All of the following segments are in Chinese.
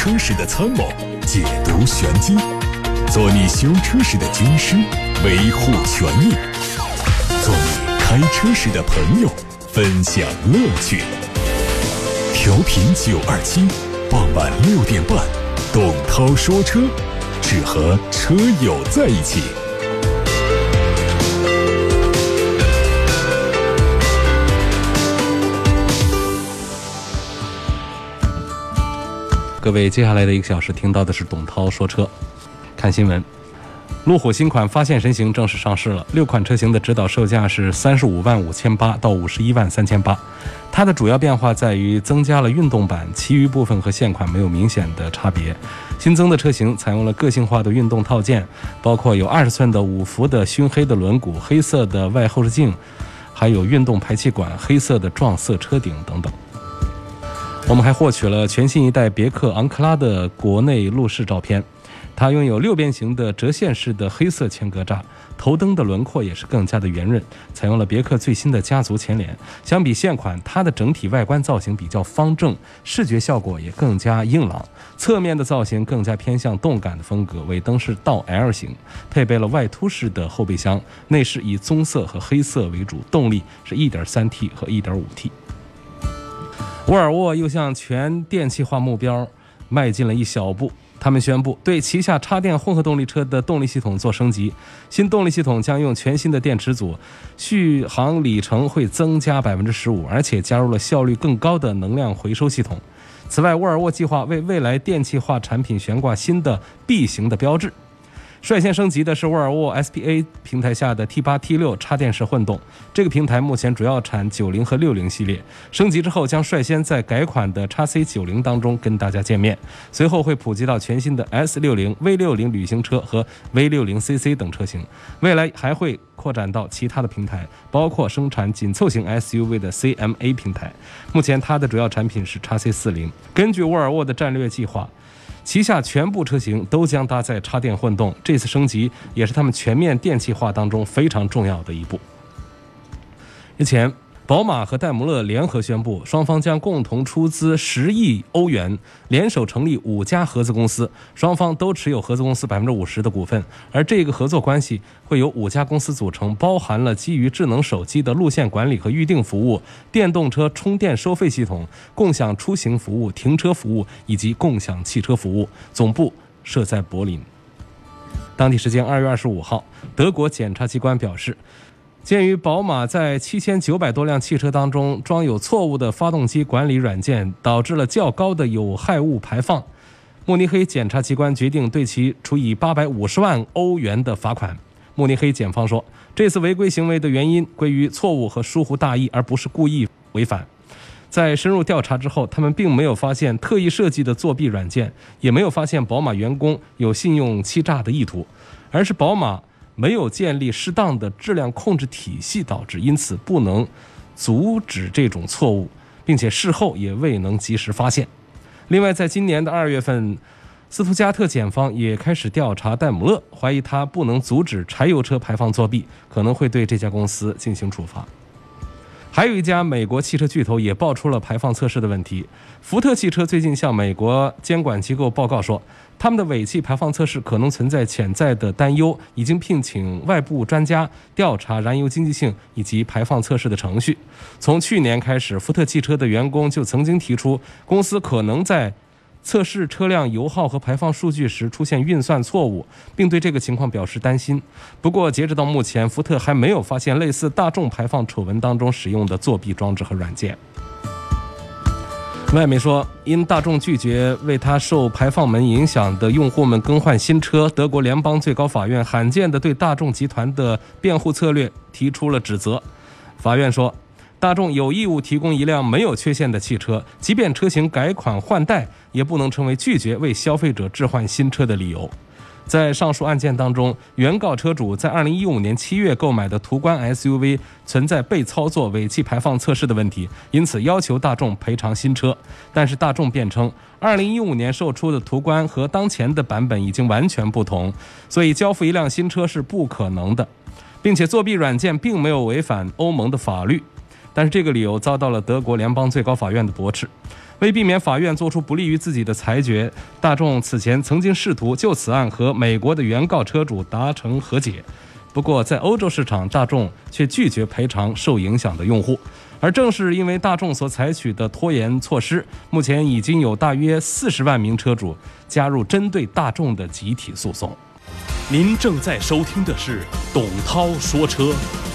车时的参谋，解读玄机，做你修车时的军师，维护权益，做你开车时的朋友，分享乐趣。调频927，傍晚6点半，董涛说车，只和车友在一起。 各位，接下来的1个小时听到的是董涛说车。看新闻，路虎新款发现神行正式上市了，6款车型的指导售价是35.58万到51.38万。它的主要变化在于增加了运动版，其余部分和现款没有明显的差别。新增的车型采用了个性化的运动套件，包括有20寸的5幅的熏黑的轮毂、黑色的外后视镜，还有运动排气管、黑色的撞色车顶等等。我们还获取了全新一代别克昂克拉的国内路试照片，它拥有6边形的折线式的黑色前格栅，头灯的轮廓也是更加的圆润，采用了别克最新的家族前脸。相比现款，它的整体外观造型比较方正，视觉效果也更加硬朗。侧面的造型更加偏向动感的风格，尾灯是倒 L 型，配备了外凸式的后备箱，内饰以棕色和黑色为主，动力是 1.3T 和 1.5T。沃尔沃又向全电气化目标迈进了一小步，他们宣布对旗下插电混合动力车的动力系统做升级，新动力系统将用全新的电池组，续航里程会增加 15%， 而且加入了效率更高的能量回收系统。此外，沃尔沃计划为未来电气化产品悬挂新的 B 型的标志。率先升级的是沃尔沃 SPA 平台下的 T8、T6 插电式混动，这个平台目前主要产90和60系列，升级之后将率先在改款的 XC90 当中跟大家见面，随后会普及到全新的 S60、V60 旅行车和 V60CC 等车型，未来还会扩展到其他的平台，包括生产紧凑型 SUV 的 CMA 平台。目前它的主要产品是 XC40。根据沃尔沃的战略计划，旗下全部车型都将搭载插电混动，这次升级也是他们全面电气化当中非常重要的一步。日前，宝马和戴姆勒联合宣布，双方将共同出资10亿欧元，联手成立5家合资公司，双方都持有合资公司 50% 的股份，而这个合作关系会由5家公司组成，包含了基于智能手机的路线管理和预订服务、电动车充电收费系统、共享出行服务、停车服务以及共享汽车服务，总部设在柏林。当地时间2月25号，德国检察机关表示，鉴于宝马在7900多辆汽车当中装有错误的发动机管理软件，导致了较高的有害物排放，慕尼黑检察机关决定对其处以850万欧元的罚款。慕尼黑检方说，这次违规行为的原因归于错误和疏忽大意，而不是故意违反。在深入调查之后，他们并没有发现特意设计的作弊软件，也没有发现宝马员工有信用欺诈的意图，而是宝马没有建立适当的质量控制体系导致，因此不能阻止这种错误，并且事后也未能及时发现。另外，在今年的2月份，斯图加特检方也开始调查戴姆勒，怀疑他不能阻止柴油车排放作弊，可能会对这家公司进行处罚。还有一家美国汽车巨头也爆出了排放测试的问题。福特汽车最近向美国监管机构报告说，他们的尾气排放测试可能存在潜在的担忧，已经聘请外部专家调查燃油经济性以及排放测试的程序。从去年开始，福特汽车的员工就曾经提出，公司可能在测试车辆油耗和排放数据时出现运算错误，并对这个情况表示担心。不过截止到目前，福特还没有发现类似大众排放丑闻当中使用的作弊装置和软件。外媒说，因大众拒绝为他受排放门影响的用户们更换新车，德国联邦最高法院罕见地对大众集团的辩护策略提出了指责。法院说，大众有义务提供一辆没有缺陷的汽车，即便车型改款换代，也不能成为拒绝为消费者置换新车的理由。在上述案件当中，原告车主在2015年7月购买的途观 SUV 存在被操作尾气排放测试的问题，因此要求大众赔偿新车。但是大众辩称，2015年售出的途观和当前的版本已经完全不同，所以交付一辆新车是不可能的，并且作弊软件并没有违反欧盟的法律。但是这个理由遭到了德国联邦最高法院的驳斥。 为避免法院做出不利于自己的裁决，大众此前曾经试图就此案和美国的原告车主达成和解。不过，在欧洲市场，大众却拒绝赔偿受影响的用户。而正是因为大众所采取的拖延措施，目前已经有大约40万名车主加入针对大众的集体诉讼。 您正在收听的是董涛说车。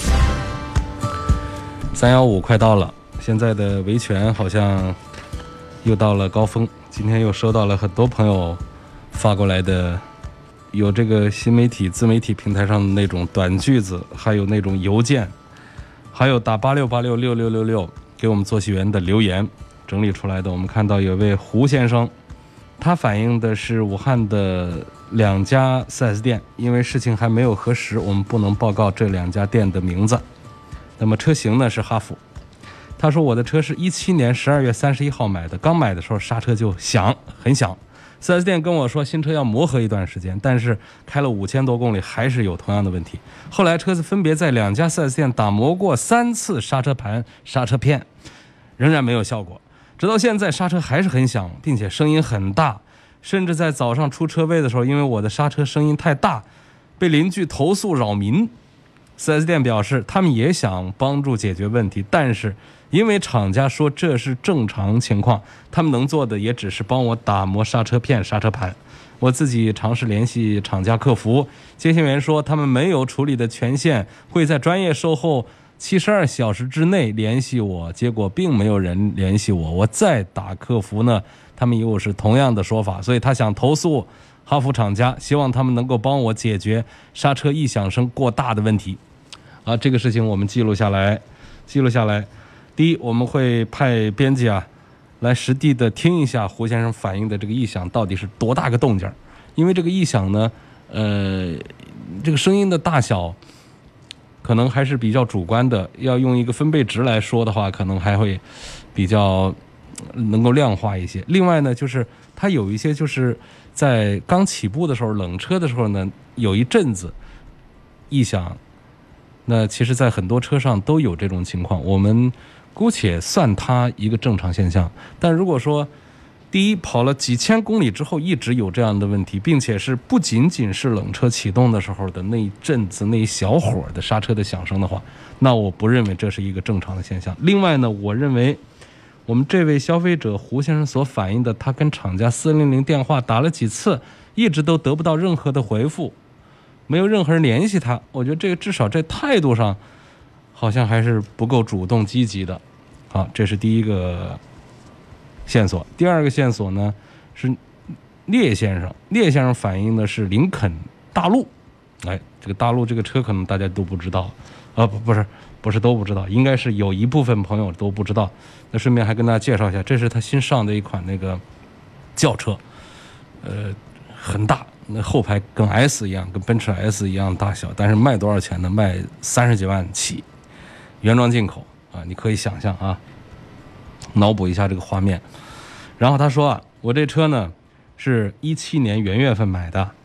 315快到了，现在的维权好像又到了高峰。今天又收到了很多朋友发过来的，有这个新媒体自媒体平台上的那种短句子，还有那种邮件，还有打86866666给我们作息员的留言整理出来的。我们看到有位胡先生，他反映的是武汉的2家 4S 店，因为事情还没有核实，我们不能报告这2家店的名字。那么车型呢是哈弗。他说我的车是17年12月31号买的，刚买的时候刹车就响，很响。4S 店跟我说新车要磨合一段时间，但是开了5000多公里还是有同样的问题。后来车子分别在2家 4S 店打磨过3次刹车盘、刹车片，仍然没有效果。直到现在刹车还是很响，并且声音很大，甚至在早上出车位的时候，因为我的刹车声音太大，被邻居投诉扰民。4S 店表示他们也想帮助解决问题，但是因为厂家说这是正常情况，他们能做的也只是帮我打磨刹车片、刹车盘。我自己尝试联系厂家客服，接线员说他们没有处理的权限，会在专业售后72小时之内联系我，结果并没有人联系我。我再打客服呢，他们又是同样的说法，所以他想投诉哈弗厂家，希望他们能够帮我解决刹车异响声过大的问题。这个事情我们记录下来。第一，我们会派编辑来实地的听一下胡先生反映的这个异响到底是多大个动静。因为这个异响呢，这个声音的大小可能还是比较主观的，要用一个分贝值来说的话，可能还会比较能够量化一些。另外呢，就是它有一些就是在刚起步的时候，冷车的时候呢，有一阵子异响，那其实在很多车上都有这种情况，我们姑且算它一个正常现象。但如果说第一跑了几千公里之后一直有这样的问题，并且是不仅仅是冷车启动的时候的那一阵子那一小会儿的刹车的响声的话，那我不认为这是一个正常的现象。另外呢，我认为我们这位消费者胡先生所反映的，他跟厂家400电话打了几次，一直都得不到任何的回复，没有任何人联系他，我觉得这个至少在态度上好像还是不够主动积极的。好，这是第一个线索。第二个线索呢是聂先生反映的是林肯大陆。这个大陆这个车可能大家都不知道，不是都不知道，应该是有一部分朋友都不知道。那顺便还跟大家介绍一下，这是他新上的一款那个轿车，很大，那后排跟 S 一样，跟奔驰 S 一样大小，但是卖多少钱呢？卖30几万起，原装进口你可以想象脑补一下这个画面。然后他说我这车呢是17年元月份买的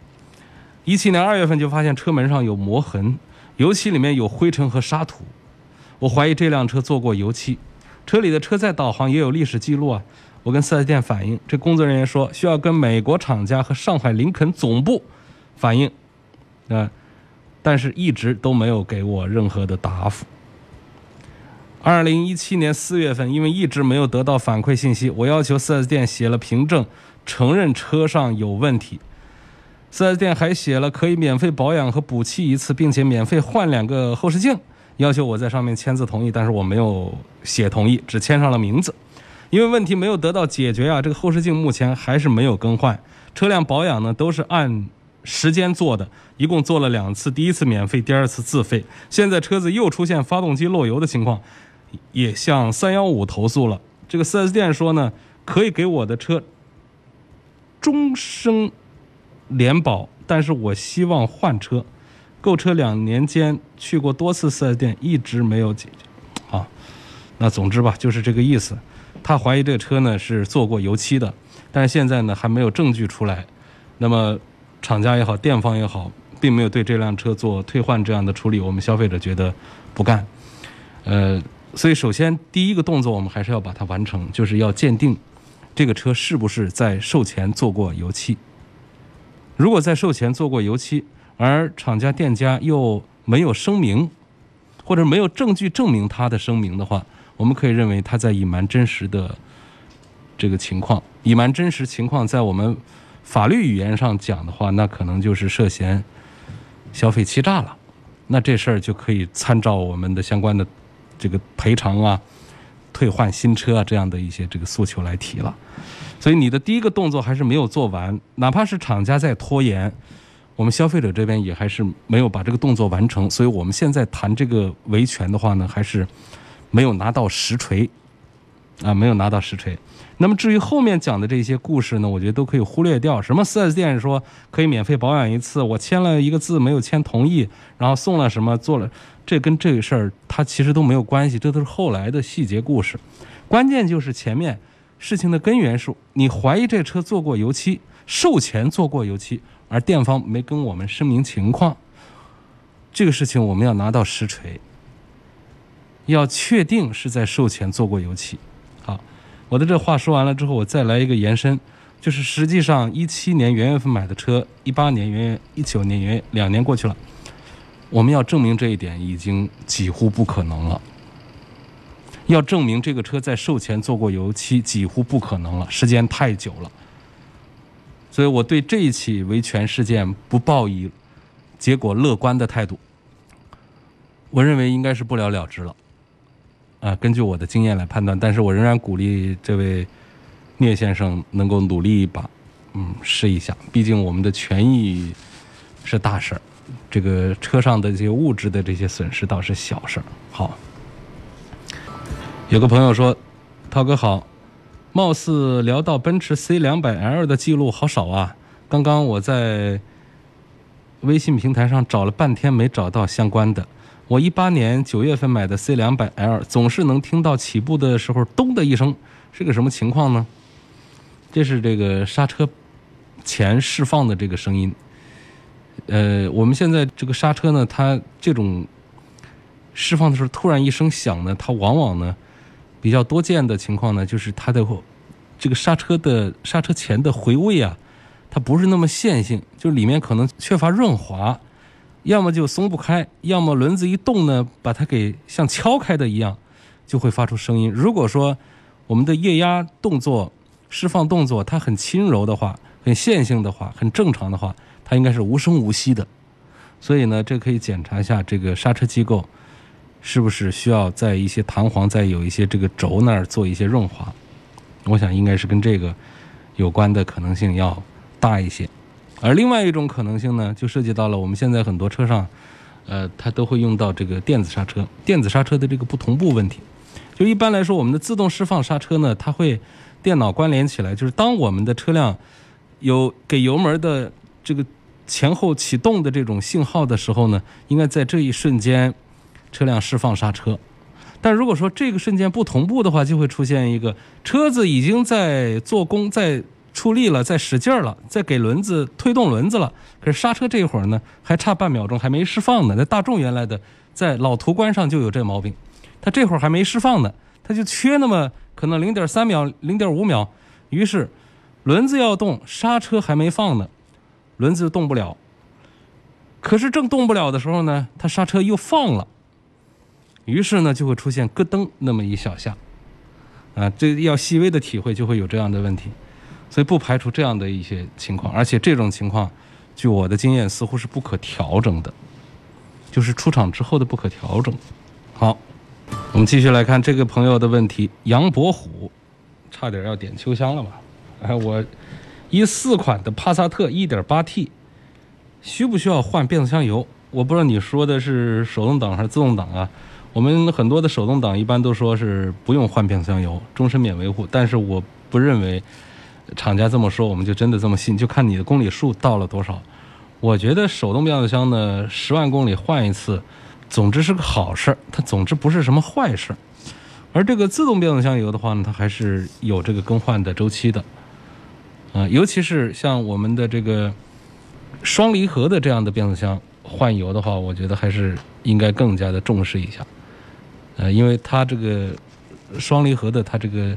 ，17年2月份就发现车门上有磨痕，油漆里面有灰尘和沙土，我怀疑这辆车做过油漆，车里的车载导航也有历史记录我跟4S店反映，这工作人员说需要跟美国厂家和上海林肯总部反映，但是一直都没有给我任何的答复。2017年4月份，因为一直没有得到反馈信息，我要求 4S 店写了凭证，承认车上有问题。4S 店还写了可以免费保养和补漆1次，并且免费换2个后视镜，要求我在上面签字同意，但是我没有写同意，只签上了名字。因为问题没有得到解决这个后视镜目前还是没有更换。车辆保养呢都是按时间做的，一共做了2次，第一次免费，第二次自费。现在车子又出现发动机漏油的情况，也向315投诉了。这个 4S 店说呢，可以给我的车终生联保，但是我希望换车。购车2年间去过多次 4S 店，一直没有解决。那总之吧，就是这个意思。他怀疑这个车呢是做过油漆的，但是现在呢还没有证据出来。那么厂家也好，店方也好，并没有对这辆车做退换这样的处理，我们消费者觉得不干。所以首先第一个动作我们还是要把它完成，就是要鉴定这个车是不是在售前做过油漆。如果在售前做过油漆，而厂家店家又没有声明，或者没有证据证明他的声明的话，我们可以认为他在隐瞒真实的这个情况。隐瞒真实情况在我们法律语言上讲的话，那可能就是涉嫌消费欺诈了。那这事儿就可以参照我们的相关的这个赔偿啊、退换新车啊这样的一些这个诉求来提了。所以你的第一个动作还是没有做完，哪怕是厂家在拖延，我们消费者这边也还是没有把这个动作完成。所以我们现在谈这个维权的话呢，还是没有拿到实锤啊，没有拿到实锤。那么至于后面讲的这些故事呢，我觉得都可以忽略掉。什么 4S 店说可以免费保养一次，我签了一个字没有签同意，然后送了什么做了，这跟这个事儿它其实都没有关系，这都是后来的细节故事。关键就是前面事情的根源是你怀疑这车做过油漆，售前做过油漆，而店方没跟我们声明情况，这个事情我们要拿到实锤，要确定是在售前做过油漆。好，我的这话说完了之后，我再来一个延伸，就是实际上17年元月份买的车，18年元月、19年元月，2年过去了，我们要证明这一点已经几乎不可能了。要证明这个车在售前做过油漆几乎不可能了，时间太久了。所以我对这一起维权事件不抱以结果乐观的态度，我认为应该是不了了之了。根据我的经验来判断，但是我仍然鼓励这位聂先生能够努力一把，试一下。毕竟我们的权益是大事儿，这个车上的这些物质的这些损失倒是小事儿。好，有个朋友说，涛哥好，貌似聊到奔驰 C200L 的记录好少啊，刚刚我在微信平台上找了半天没找到相关的。我18年9月份买的 C200L 总是能听到起步的时候咚的一声，是个什么情况呢？这是这个刹车前释放的这个声音。我们现在这个刹车呢，它这种释放的时候突然一声响呢，它往往呢比较多见的情况呢，就是它的这个刹车前的回位啊，它不是那么线性，就里面可能缺乏润滑，要么就松不开，要么轮子一动呢，把它给像敲开的一样，就会发出声音。如果说我们的液压动作、释放动作它很轻柔的话，很线性的话，很正常的话，它应该是无声无息的。所以呢，这可以检查一下这个刹车机构是不是需要在一些弹簧，在有一些这个轴那儿做一些润滑。我想应该是跟这个有关的可能性要大一些。而另外一种可能性呢，就涉及到了我们现在很多车上它都会用到这个电子刹车。电子刹车的这个不同步问题，就一般来说我们的自动释放刹车呢，它会电脑关联起来，就是当我们的车辆有给油门的这个前后启动的这种信号的时候呢，应该在这一瞬间车辆释放刹车。但如果说这个瞬间不同步的话，就会出现一个车子已经在做工，在出力了，在使劲了，在给轮子推动轮子了，可是刹车这一会儿呢还差半秒钟还没释放呢。那大众原来的在老途观上就有这毛病，它这会儿还没释放呢，它就缺那么可能 0.3 秒 0.5 秒，于是轮子要动，刹车还没放呢，轮子动不了。可是正动不了的时候呢，它刹车又放了，于是呢就会出现咯噔那么一小下这要细微的体会就会有这样的问题。所以不排除这样的一些情况，而且这种情况据我的经验似乎是不可调整的，就是出厂之后的不可调整。好，我们继续来看这个朋友的问题。杨伯虎差点要点秋香了吧？我14款的帕萨特 1.8T 需不需要换变速箱油？我不知道你说的是手动挡还是自动挡啊？我们很多的手动挡一般都说是不用换变速箱油，终身免维护，但是我不认为厂家这么说我们就真的这么信，就看你的公里数到了多少。我觉得手动变速箱呢，10万公里换一次，总之是个好事，它总之不是什么坏事。而这个自动变速箱油的话呢，它还是有这个更换的周期的，尤其是像我们的这个双离合的这样的变速箱换油的话，我觉得还是应该更加的重视一下，因为它这个双离合的它这个变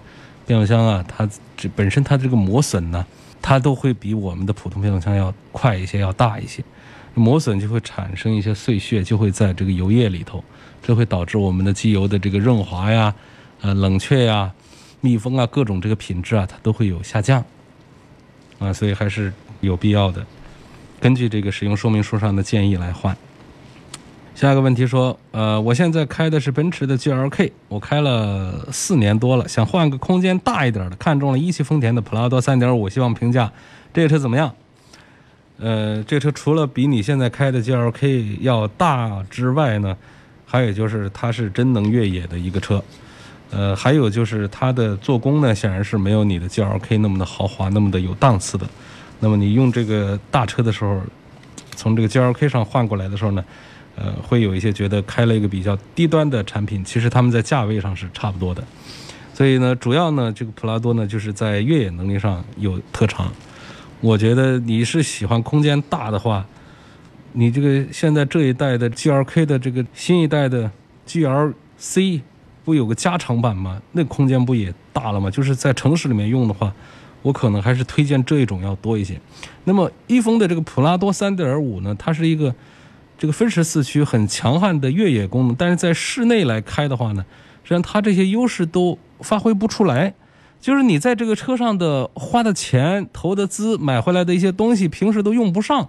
变速箱啊，它本身它这个磨损呢，它都会比我们的普通变速箱要快一些，要大一些。磨损就会产生一些碎屑，就会在这个油液里头，这会导致我们的机油的这个润滑呀、冷却呀、密封啊，各种这个品质啊，它都会有下降啊，所以还是有必要的，根据这个使用说明书上的建议来换。下一个问题说，我现在开的是奔驰的 GLK， 我开了4年多了，想换个空间大一点的，看中了一汽丰田的普拉多 3.5， 希望评价这个车怎么样？这车除了比你现在开的 GLK 要大之外呢，还有就是它是真能越野的一个车，还有就是它的做工呢，显然是没有你的 GLK 那么的豪华，那么的有档次的。那么你用这个大车的时候，从这个 GLK 上换过来的时候呢，会有一些觉得开了一个比较低端的产品，其实他们在价位上是差不多的。所以呢，主要呢，这个普拉多呢，就是在越野能力上有特长。我觉得你是喜欢空间大的话，你这个现在这一代的 GLK 的这个新一代的 GLC 不有个加长版吗？那空间不也大了吗？就是在城市里面用的话，我可能还是推荐这一种要多一些。那么一丰的这个普拉多 3.5 呢，它是一个这个分时四驱很强悍的越野功能，但是在室内来开的话呢，实际上它这些优势都发挥不出来。就是你在这个车上的花的钱、投的资、买回来的一些东西，平时都用不上，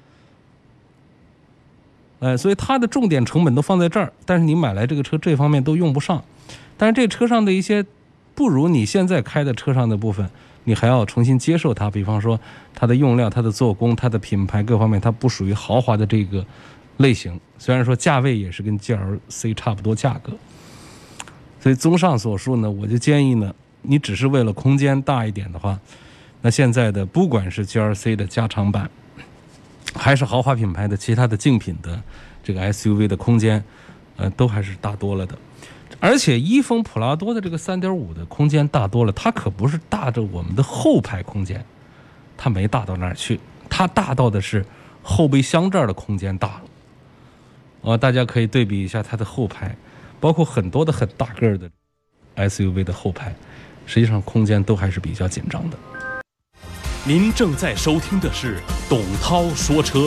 所以它的重点成本都放在这儿，但是你买来这个车这方面都用不上。但是这车上的一些不如你现在开的车上的部分，你还要重新接受它，比方说它的用料、它的做工、它的品牌各方面，它不属于豪华的这个类型，虽然说价位也是跟 GLC 差不多价格。所以综上所述呢，我就建议呢，你只是为了空间大一点的话，那现在的不管是 GLC 的加长版，还是豪华品牌的其他的竞品的这个 SUV 的空间，都还是大多了的。而且一丰普拉多的这个 3.5 的空间大多了，它可不是大着我们的后排空间，它没大到那儿去，它大到的是后备箱这儿的空间大了。大家可以对比一下它的后排，包括很多的很大个的 SUV 的后排，实际上空间都还是比较紧张的。 您正在收听的是董涛说车。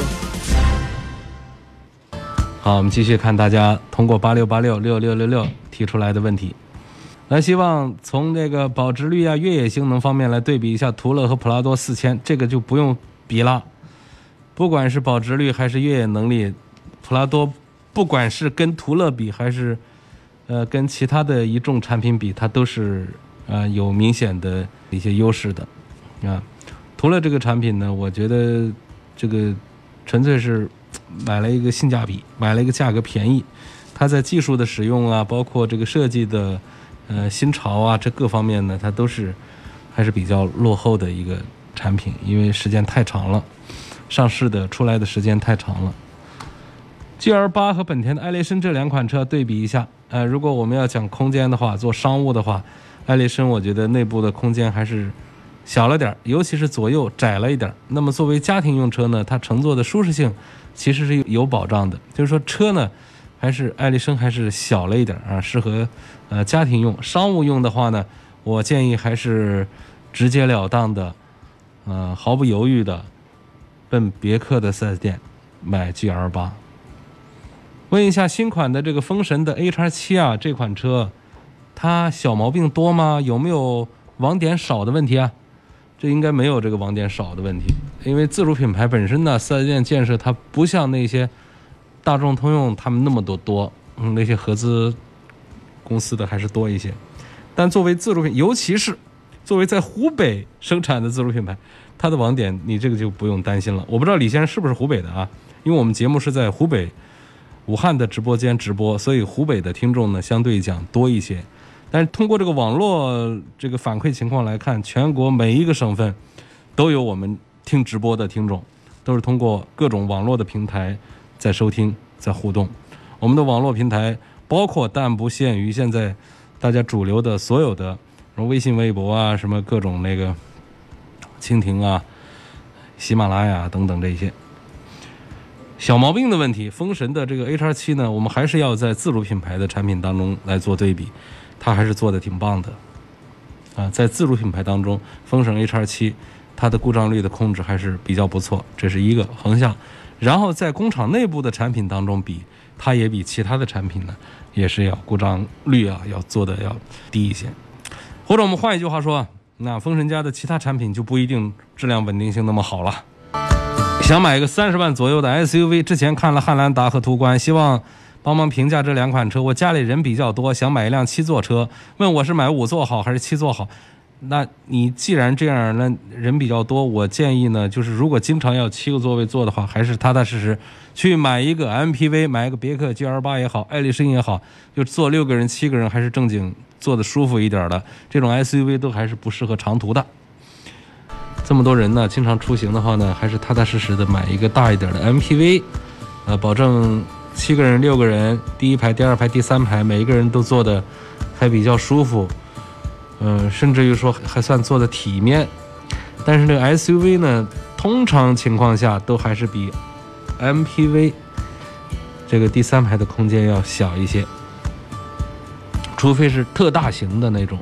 好，我们继续看大家通过86866666提出来的问题。那希望从这个保值率啊、越野性能方面来对比一下途乐和普拉多4000，这个就不用比了。不管是保值率还是越野能力，普拉多不管是跟途乐比还是跟其他的一众产品比，它都是有明显的一些优势的啊。途乐这个产品呢，我觉得这个纯粹是买了一个性价比，买了一个价格便宜，它在技术的使用啊，包括这个设计的新潮啊，这各方面呢，它都是还是比较落后的一个产品，因为时间太长了，上市的出来的时间太长了。GL8 和本田的艾力绅这两款车对比一下，如果我们要讲空间的话，做商务的话，艾力绅我觉得内部的空间还是小了点，尤其是左右窄了一点。那么作为家庭用车呢，它乘坐的舒适性其实是有保障的，就是说车呢还是艾力绅还是小了一点啊，适合家庭用。商务用的话呢，我建议还是直截了当的毫不犹豫的奔别克的 4S 店买 GL8。问一下新款的这个风神的 HR7 啊，这款车它小毛病多吗？有没有网点少的问题啊？这应该没有这个网点少的问题，因为自主品牌本身呢，4S店建设它不像那些大众通用他们那么多，那些合资公司的还是多一些。但作为自主品，尤其是作为在湖北生产的自主品牌，它的网点你这个就不用担心了。我不知道李先生是不是湖北的啊？因为我们节目是在湖北武汉的直播间直播，所以湖北的听众呢相对讲多一些。但是通过这个网络这个反馈情况来看，全国每一个省份都有我们听直播的听众，都是通过各种网络的平台在收听在互动。我们的网络平台包括但不限于现在大家主流的所有的微信微博啊，什么各种那个蜻蜓啊、喜马拉雅等等这些。小毛病的问题，风神的这个 HR7 呢，我们还是要在自主品牌的产品当中来做对比，它还是做的挺棒的。 在自主品牌当中，风神 H27它的故障率的控制还是比较不错，这是一个横向。然后在工厂内部的产品当中它也比其他的产品呢，也是要故障率要做的要低一些。或者我们换一句话说，那风神家的其他产品就不一定质量稳定性那么好了。想买一个30万左右的 SUV， 之前看了汉兰达和途观，希望帮忙评价这2款车。我家里人比较多，想买一辆7座车，问我是买5座好还是7座好。那你既然这样，那人比较多，我建议呢，就是如果经常要7个座位坐的话，还是踏踏实实去买一个 MPV， 买一个别克 GL8 也好，爱丽绅也好，就坐6个人7个人还是正经坐的舒服一点的，这种 SUV 都还是不适合长途的。这么多人呢，经常出行的话呢，还是踏踏实实的买一个大一点的 MPV，保证7个人6个人，第一排第二排第三排每一个人都坐的还比较舒服，甚至于说还算坐的体面。但是这个 SUV 呢，通常情况下都还是比 MPV 这个第三排的空间要小一些，除非是特大型的那种。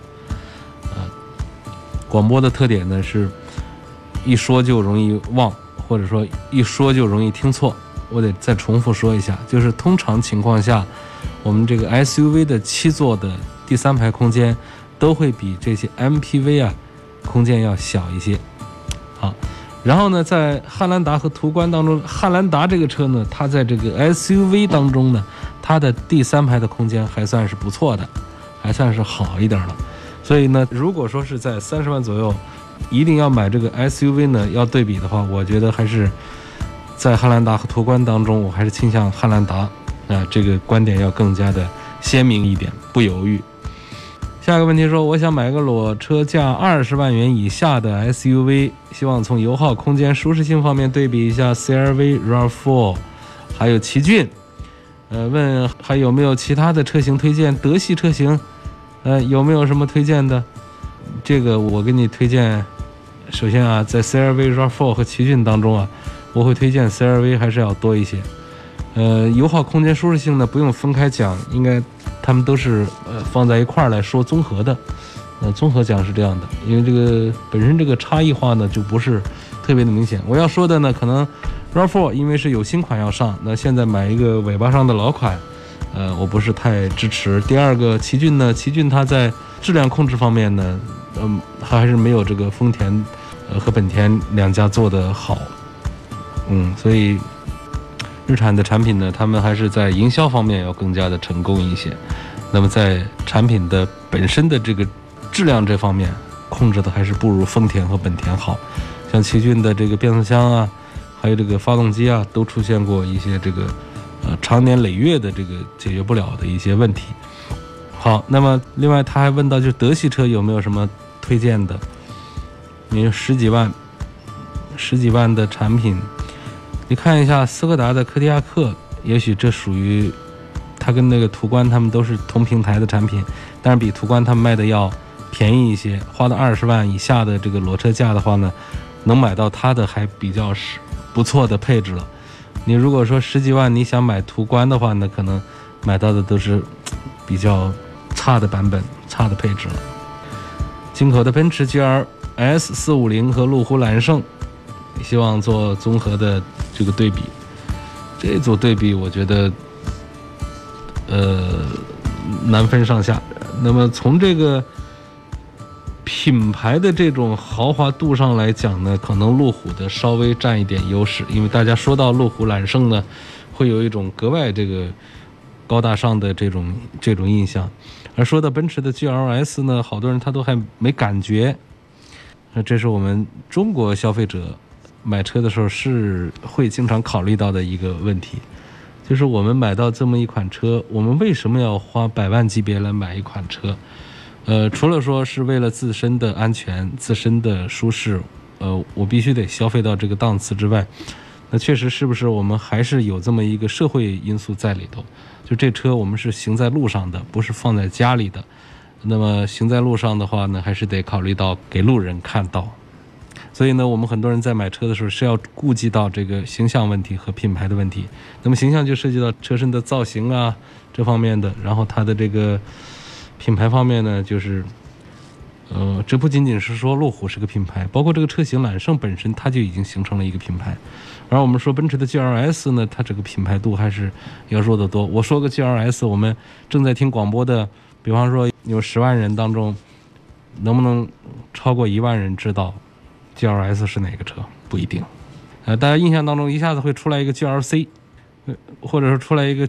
广播的特点呢是一说就容易忘，或者说一说就容易听错。我得再重复说一下，就是通常情况下，我们这个 SUV 的7座的第三排空间都会比这些 MPV 空间要小一些。好，然后呢，在汉兰达和途观当中，汉兰达这个车呢，它在这个 SUV 当中呢，它的第三排的空间还算是不错的，还算是好一点的。所以呢，如果说是在30万左右一定要买这个 SUV 呢，要对比的话，我觉得还是在汉兰达和途观当中，我还是倾向汉兰达这个观点要更加的鲜明一点，不犹豫。下一个问题说，我想买个裸车价20万元以下的 SUV， 希望从油耗、空间、舒适性方面对比一下 CR-V、RAV4 还有奇骏。问还有没有其他的车型推荐？德系车型有没有什么推荐的？这个我给你推荐，首先在 CR-V、RAV4 和奇骏当中我会推荐 CR-V 还是要多一些。油耗、空间、舒适性呢，不用分开讲，应该他们都是放在一块儿来说综合的。综合讲是这样的，因为这个本身这个差异化呢就不是特别的明显。我要说的呢，可能 RAV4 因为是有新款要上，那现在买一个尾巴上的老款，我不是太支持。第二个奇骏呢，奇骏它在质量控制方面呢，还是没有这个丰田和本田两家做得好。所以日产的产品呢，他们还是在营销方面要更加的成功一些。那么在产品的本身的这个质量这方面控制的还是不如丰田和本田好。像奇骏的这个变速箱还有这个发动机都出现过一些这个长年累月的这个解决不了的一些问题。好，那么另外他还问到，就是德系车有没有什么推荐的？你十几万的产品，你看一下斯柯达的柯迪亚克，也许这属于它跟那个途观他们都是同平台的产品，但是比途观他们卖的要便宜一些，花到20万以下的这个裸车价的话呢，能买到它的还比较不错的配置了。你如果说十几万你想买途观的话呢，可能买到的都是比较差的版本，差的配置了。进口的奔驰 GLS 450和路虎揽胜，希望做综合的这个对比。这组对比我觉得难分上下。那么从这个品牌的这种豪华度上来讲呢，可能路虎的稍微占一点优势，因为大家说到路虎揽胜呢，会有一种格外这个高大上的这种印象。而说到奔驰的 GLS 呢，好多人他都还没感觉。这是我们中国消费者买车的时候是会经常考虑到的一个问题，就是我们买到这么一款车，我们为什么要花100万级别来买一款车？除了说是为了自身的安全、自身的舒适，我必须得消费到这个档次之外，那确实是不是我们还是有这么一个社会因素在里头？就这车我们是行在路上的，不是放在家里的。那么行在路上的话呢，还是得考虑到给路人看到。所以呢，我们很多人在买车的时候是要顾及到这个形象问题和品牌的问题。那么形象就涉及到车身的造型这方面的，然后它的这个品牌方面呢，就是这不仅仅是说路虎是个品牌，包括这个车型揽胜本身它就已经形成了一个品牌。而我们说奔驰的 GLS 呢，它这个品牌度还是要弱得多。我说个 GLS， 我们正在听广播的，比方说有10万人当中，能不能超过1万人知道 GLS 是哪个车？不一定。大家印象当中一下子会出来一个 GLC， 或者说出来一个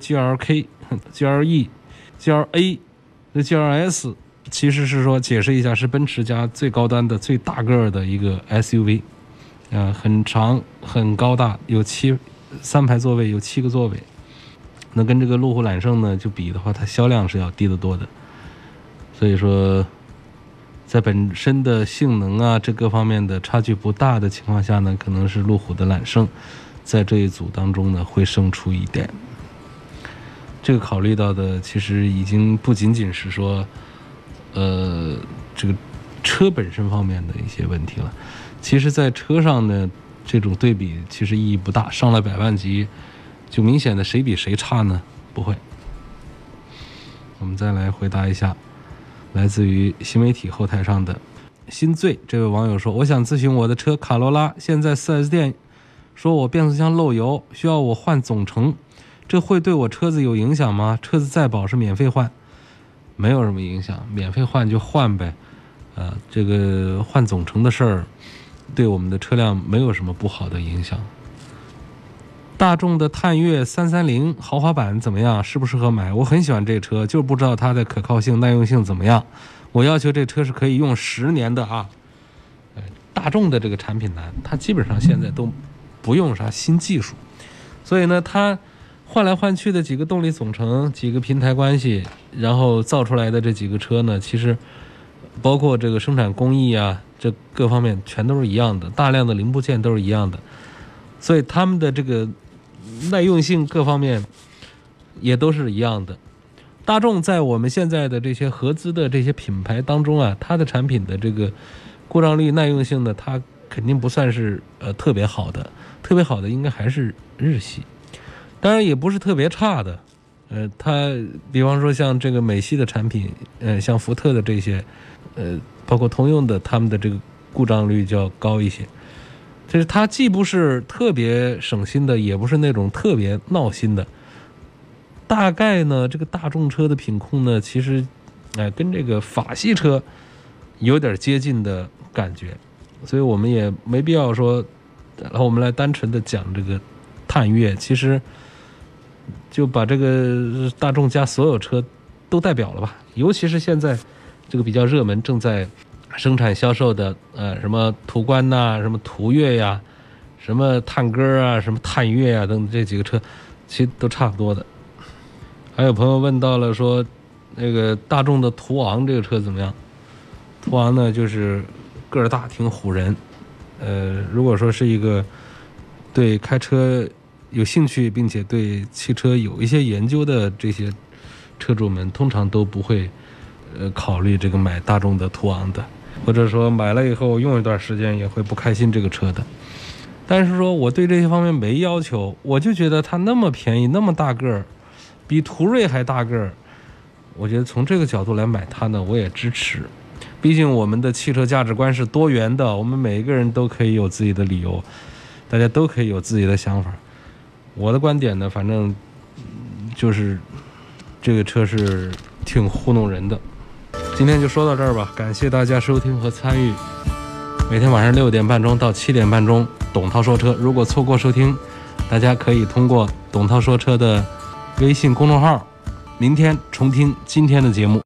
GLK、GLE、GLA， 那 GLS 其实是说解释一下，是奔驰家最高端的、最大个的一个 SUV。很长很高大，有3排座位，有7个座位。那跟这个路虎揽胜呢就比的话，它销量是要低得多的。所以说在本身的性能啊这各方面的差距不大的情况下呢，可能是路虎的揽胜在这一组当中呢会胜出一点。这个考虑到的其实已经不仅仅是说这个车本身方面的一些问题了。其实在车上呢，这种对比其实意义不大，上了100万级就明显的谁比谁差呢？不会。我们再来回答一下来自于新媒体后台上的新醉这位网友说，我想咨询我的车卡罗拉，现在 4S 店说我变速箱漏油，需要我换总成，这会对我车子有影响吗？车子再保是免费换，没有什么影响，免费换就换呗。这个换总成的事儿对我们的车辆没有什么不好的影响。大众的探岳330豪华版怎么样？适不适合买？我很喜欢这车，就不知道它的可靠性、耐用性怎么样。我要求这车是可以用10年的啊。大众的这个产品呢，它基本上现在都不用啥新技术，所以呢，它换来换去的几个动力总成、几个平台关系，然后造出来的这几个车呢，其实包括这个生产工艺啊，这各方面全都是一样的，大量的零部件都是一样的，所以他们的这个耐用性各方面也都是一样的。大众在我们现在的这些合资的这些品牌当中啊，它的产品的这个故障率、耐用性呢，它肯定不算是特别好的，特别好的应该还是日系，当然也不是特别差的。它比方说像这个美系的产品，像福特的这些，包括通用的，他们的这个故障率就要高一些。就是它既不是特别省心的，也不是那种特别闹心的。大概呢，这个大众车的品控呢，其实，跟这个法系车有点接近的感觉，所以我们也没必要说，我们来单纯的讲这个探岳，其实就把这个大众家所有车都代表了吧。尤其是现在这个比较热门，正在生产销售的什么途观呐、什么途岳呀、什么探歌啊、什么探岳啊等这几个车，其实都差不多的。还有朋友问到了说，那个大众的途昂这个车怎么样？途昂呢，就是个儿大，挺唬人。如果说是一个对开车有兴趣，并且对汽车有一些研究的这些车主们，通常都不会考虑这个买大众的途昂的，或者说买了以后用一段时间也会不开心这个车的。但是说我对这些方面没要求，我就觉得它那么便宜，那么大个儿，比途锐还大个儿，我觉得从这个角度来买它呢，我也支持。毕竟我们的汽车价值观是多元的，我们每一个人都可以有自己的理由，大家都可以有自己的想法。我的观点呢，反正就是这个车是挺糊弄人的。今天就说到这儿吧，感谢大家收听和参与。每天晚上6点半钟到7点半钟，董涛说车。如果错过收听，大家可以通过董涛说车的微信公众号，明天重听今天的节目。